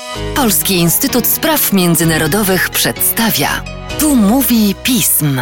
Polski Instytut Spraw Międzynarodowych przedstawia. Tu mówi pism.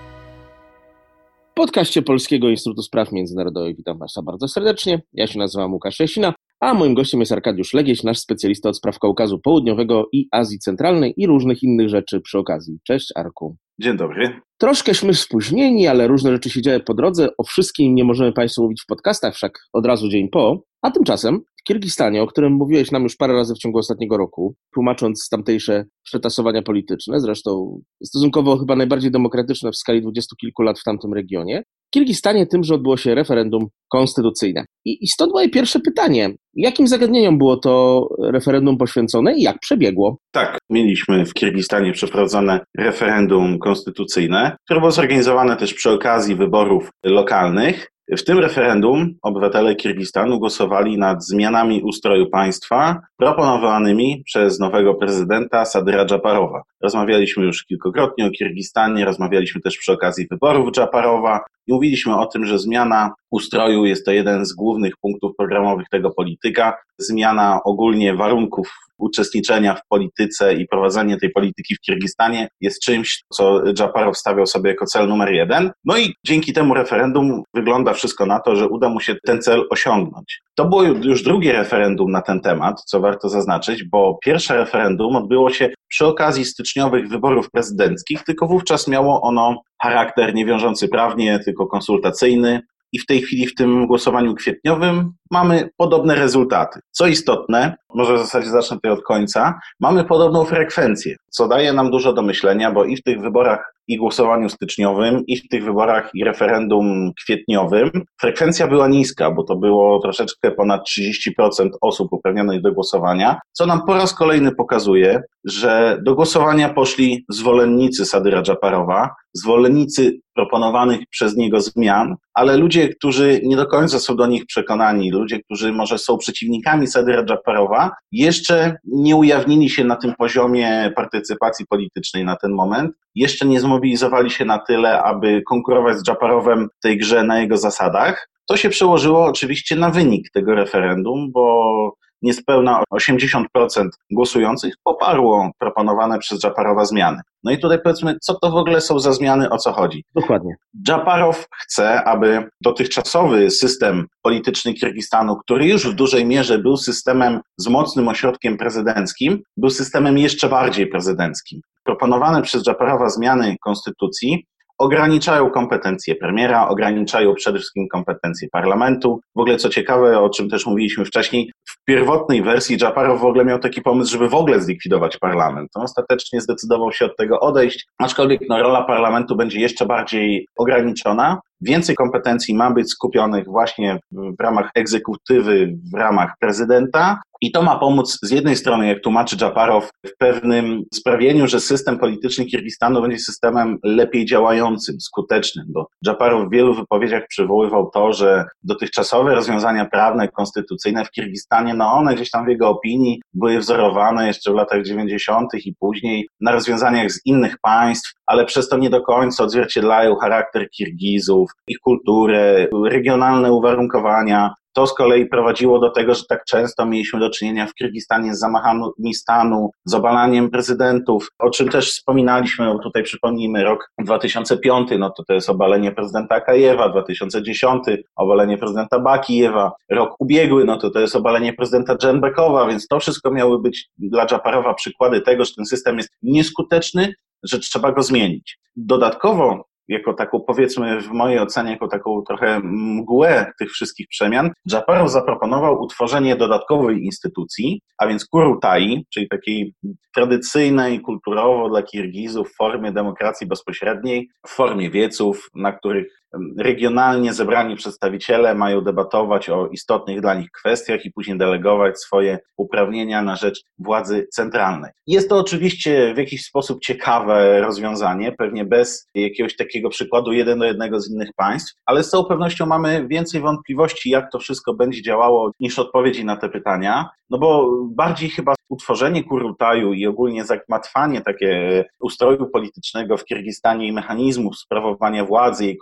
W podcaście Polskiego Instytutu Spraw Międzynarodowych witam Państwa bardzo serdecznie. Ja się nazywam Łukasz Jasina, a moim gościem jest Arkadiusz Legieś, nasz specjalista od spraw Kaukazu Południowego i Azji Centralnej i różnych innych rzeczy przy okazji. Cześć, Arku. Dzień dobry. Troszkęśmy spóźnieni, ale różne rzeczy się dzieją po drodze. O wszystkim nie możemy Państwu mówić w podcastach, wszak od razu dzień po. A tymczasem w Kirgistanie, o którym mówiłeś nam już parę razy w ciągu ostatniego roku, tłumacząc tamtejsze przetasowania polityczne, zresztą stosunkowo chyba najbardziej demokratyczne w skali 20 kilku lat w tamtym regionie, w Kirgistanie tymże odbyło się referendum konstytucyjne. I stąd moje pierwsze pytanie. Jakim zagadnieniom było to referendum poświęcone i jak przebiegło? Tak, mieliśmy w Kirgistanie przeprowadzone referendum konstytucyjne, które było zorganizowane też przy okazji wyborów lokalnych. W tym referendum obywatele Kirgistanu głosowali nad zmianami ustroju państwa proponowanymi przez nowego prezydenta Sadyra Dżaparowa. Rozmawialiśmy już kilkukrotnie o Kirgistanie, rozmawialiśmy też przy okazji wyborów Dżaparowa i mówiliśmy o tym, że zmiana ustroju jest to jeden z głównych punktów programowych tego polityka. Zmiana ogólnie warunków uczestniczenia w polityce i prowadzenie tej polityki w Kirgistanie jest czymś, co Dżaparow stawiał sobie jako cel numer 1. No i dzięki temu referendum wygląda wszystko na to, że uda mu się ten cel osiągnąć. To było już drugie referendum na ten temat, co warto zaznaczyć, bo pierwsze referendum odbyło się przy okazji styczniowych wyborów prezydenckich, tylko wówczas miało ono charakter niewiążący prawnie, tylko konsultacyjny. I w tej chwili w tym głosowaniu kwietniowym mamy podobne rezultaty. Co istotne, może w zasadzie zacznę tutaj od końca, mamy podobną frekwencję, co daje nam dużo do myślenia, bo i w tych wyborach i głosowaniu styczniowym, i w tych wyborach i referendum kwietniowym frekwencja była niska, bo to było troszeczkę ponad 30% osób uprawnionych do głosowania, co nam po raz kolejny pokazuje, że do głosowania poszli zwolennicy Sadyra Dżaparowa, zwolennicy proponowanych przez niego zmian, ale ludzie, którzy nie do końca są do nich przekonani, ludzie, którzy może są przeciwnikami Sadyra Dżaparowa, jeszcze nie ujawnili się na tym poziomie partycypacji politycznej na ten moment, jeszcze nie zmobilizowali się na tyle, aby konkurować z Dżaparowem w tej grze na jego zasadach. To się przełożyło oczywiście na wynik tego referendum, bo niespełna 80% głosujących poparło proponowane przez Dżaparowa zmiany. No i tutaj powiedzmy, co to w ogóle są za zmiany, o co chodzi? Dokładnie. Dżaparow chce, aby dotychczasowy system polityczny Kirgistanu, który już w dużej mierze był systemem z mocnym ośrodkiem prezydenckim, był systemem jeszcze bardziej prezydenckim. Proponowane przez Dżaparowa zmiany konstytucji ograniczają kompetencje premiera, ograniczają przede wszystkim kompetencje parlamentu. W ogóle co ciekawe, o czym też mówiliśmy wcześniej, w pierwotnej wersji Dżaparow w ogóle miał taki pomysł, żeby w ogóle zlikwidować parlament. On ostatecznie zdecydował się od tego odejść, aczkolwiek rola parlamentu będzie jeszcze bardziej ograniczona. Więcej kompetencji ma być skupionych właśnie w ramach egzekutywy, w ramach prezydenta i to ma pomóc z jednej strony, jak tłumaczy Dżaparow, w pewnym sprawieniu, że system polityczny Kirgistanu będzie systemem lepiej działającym, skutecznym, bo Dżaparow w wielu wypowiedziach przywoływał to, że dotychczasowe rozwiązania prawne, konstytucyjne w Kirgistanie, one gdzieś tam w jego opinii były wzorowane jeszcze w latach 90. i później na rozwiązaniach z innych państw, ale przez to nie do końca odzwierciedlają charakter Kirgizów, ich kulturę, regionalne uwarunkowania. To z kolei prowadziło do tego, że tak często mieliśmy do czynienia w Kirgistanie z zamachami stanu, z obalaniem prezydentów, o czym też wspominaliśmy, tutaj przypomnijmy rok 2005, to jest obalenie prezydenta Akajewa, 2010 obalenie prezydenta Bakijewa, rok ubiegły, to jest obalenie prezydenta Dżembekowa, więc to wszystko miały być dla Dżaparowa przykłady tego, że ten system jest nieskuteczny, że trzeba go zmienić. Dodatkowo, jako taką, powiedzmy w mojej ocenie, jako taką trochę mgłę tych wszystkich przemian, Dżaparow zaproponował utworzenie dodatkowej instytucji, a więc Kurultai, czyli takiej tradycyjnej, kulturowo dla Kirgizów w formie demokracji bezpośredniej, w formie wieców, na których regionalnie zebrani przedstawiciele mają debatować o istotnych dla nich kwestiach i później delegować swoje uprawnienia na rzecz władzy centralnej. Jest to oczywiście w jakiś sposób ciekawe rozwiązanie, pewnie bez jakiegoś takiego przykładu 1:1 z innych państw, ale z całą pewnością mamy więcej wątpliwości, jak to wszystko będzie działało, niż odpowiedzi na te pytania, bo bardziej chyba utworzenie Kurultaju i ogólnie zagmatwanie takie ustroju politycznego w Kirgistanie i mechanizmów sprawowania władzy i kontroli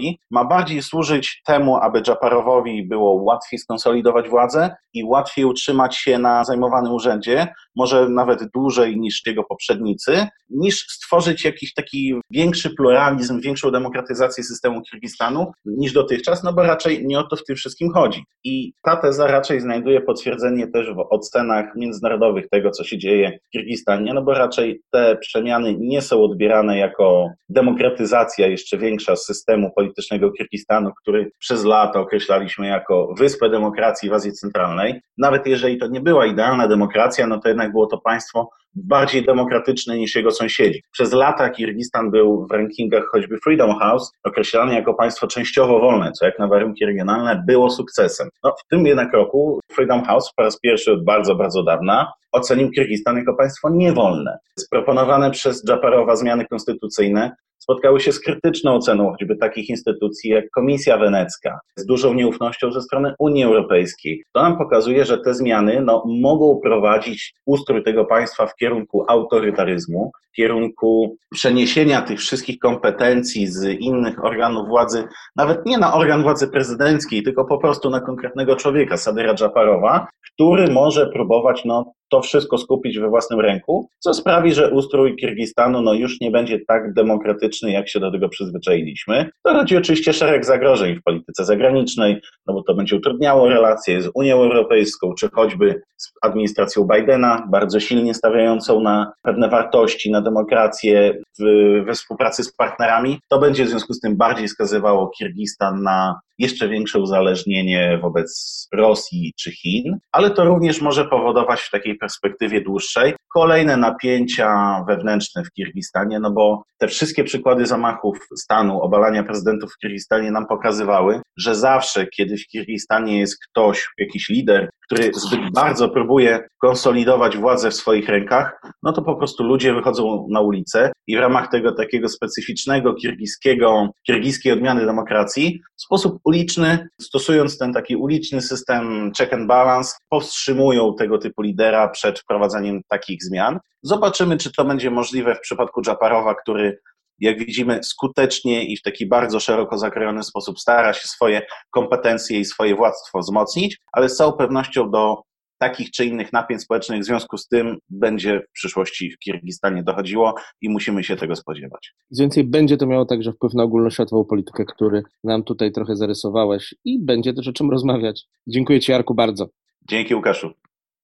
roli, ma bardziej służyć temu, aby Dżaparowowi było łatwiej skonsolidować władzę i łatwiej utrzymać się na zajmowanym urzędzie, może nawet dłużej niż jego poprzednicy, niż stworzyć jakiś taki większy pluralizm, większą demokratyzację systemu Kirgistanu niż dotychczas, no bo raczej nie o to w tym wszystkim chodzi. I ta teza raczej znajduje potwierdzenie też w ocenach międzynarodowych tego, co się dzieje w Kirgistanie, no bo raczej te przemiany nie są odbierane jako demokratyzacja jeszcze większa systemu politycznego Kirgistanu, który przez lata określaliśmy jako wyspę demokracji w Azji Centralnej. Nawet jeżeli to nie była idealna demokracja, no to jednak było to państwo bardziej demokratyczne niż jego sąsiedzi. Przez lata Kirgistan był w rankingach choćby Freedom House określany jako państwo częściowo wolne, co jak na warunki regionalne było sukcesem. No, w tym jednak roku Freedom House po raz pierwszy od bardzo, bardzo dawna ocenił Kirgistan jako państwo niewolne. Proponowane przez Dżaparowa zmiany konstytucyjne spotkały się z krytyczną oceną choćby takich instytucji jak Komisja Wenecka, z dużą nieufnością ze strony Unii Europejskiej. To nam pokazuje, że te zmiany mogą prowadzić ustrój tego państwa w kierunku autorytaryzmu, w kierunku przeniesienia tych wszystkich kompetencji z innych organów władzy, nawet nie na organ władzy prezydenckiej, tylko po prostu na konkretnego człowieka, Sadyra Dżaparowa, który może próbować to wszystko skupić we własnym ręku, co sprawi, że ustrój Kirgistanu już nie będzie tak demokratyczny, jak się do tego przyzwyczailiśmy. To rodzi oczywiście szereg zagrożeń w polityce zagranicznej, bo to będzie utrudniało relacje z Unią Europejską, czy choćby z administracją Bidena, bardzo silnie stawiającą na pewne wartości, na demokrację we współpracy z partnerami. To będzie w związku z tym bardziej skazywało Kirgistan na jeszcze większe uzależnienie wobec Rosji czy Chin, ale to również może powodować w takiej perspektywie dłuższej kolejne napięcia wewnętrzne w Kirgistanie, bo te wszystkie przykłady zamachów stanu, obalania prezydentów w Kirgistanie nam pokazywały, że zawsze, kiedy w Kirgistanie jest ktoś, jakiś lider, który zbyt bardzo próbuje konsolidować władzę w swoich rękach, to po prostu ludzie wychodzą na ulicę i w ramach tego takiego specyficznego kirgiskiej odmiany demokracji w sposób uliczny, stosując ten taki uliczny system check and balance, powstrzymują tego typu lidera przed wprowadzaniem takich zmian. Zobaczymy, czy to będzie możliwe w przypadku Dżaparowa, który, jak widzimy, skutecznie i w taki bardzo szeroko zakrojony sposób stara się swoje kompetencje i swoje władztwo wzmocnić, ale z całą pewnością do takich czy innych napięć społecznych w związku z tym będzie w przyszłości w Kirgistanie dochodziło i musimy się tego spodziewać. Co więcej, będzie to miało także wpływ na ogólnoświatową politykę, który nam tutaj trochę zarysowałeś i będzie też o czym rozmawiać. Dziękuję Ci, Jarku, bardzo. Dzięki, Łukaszu.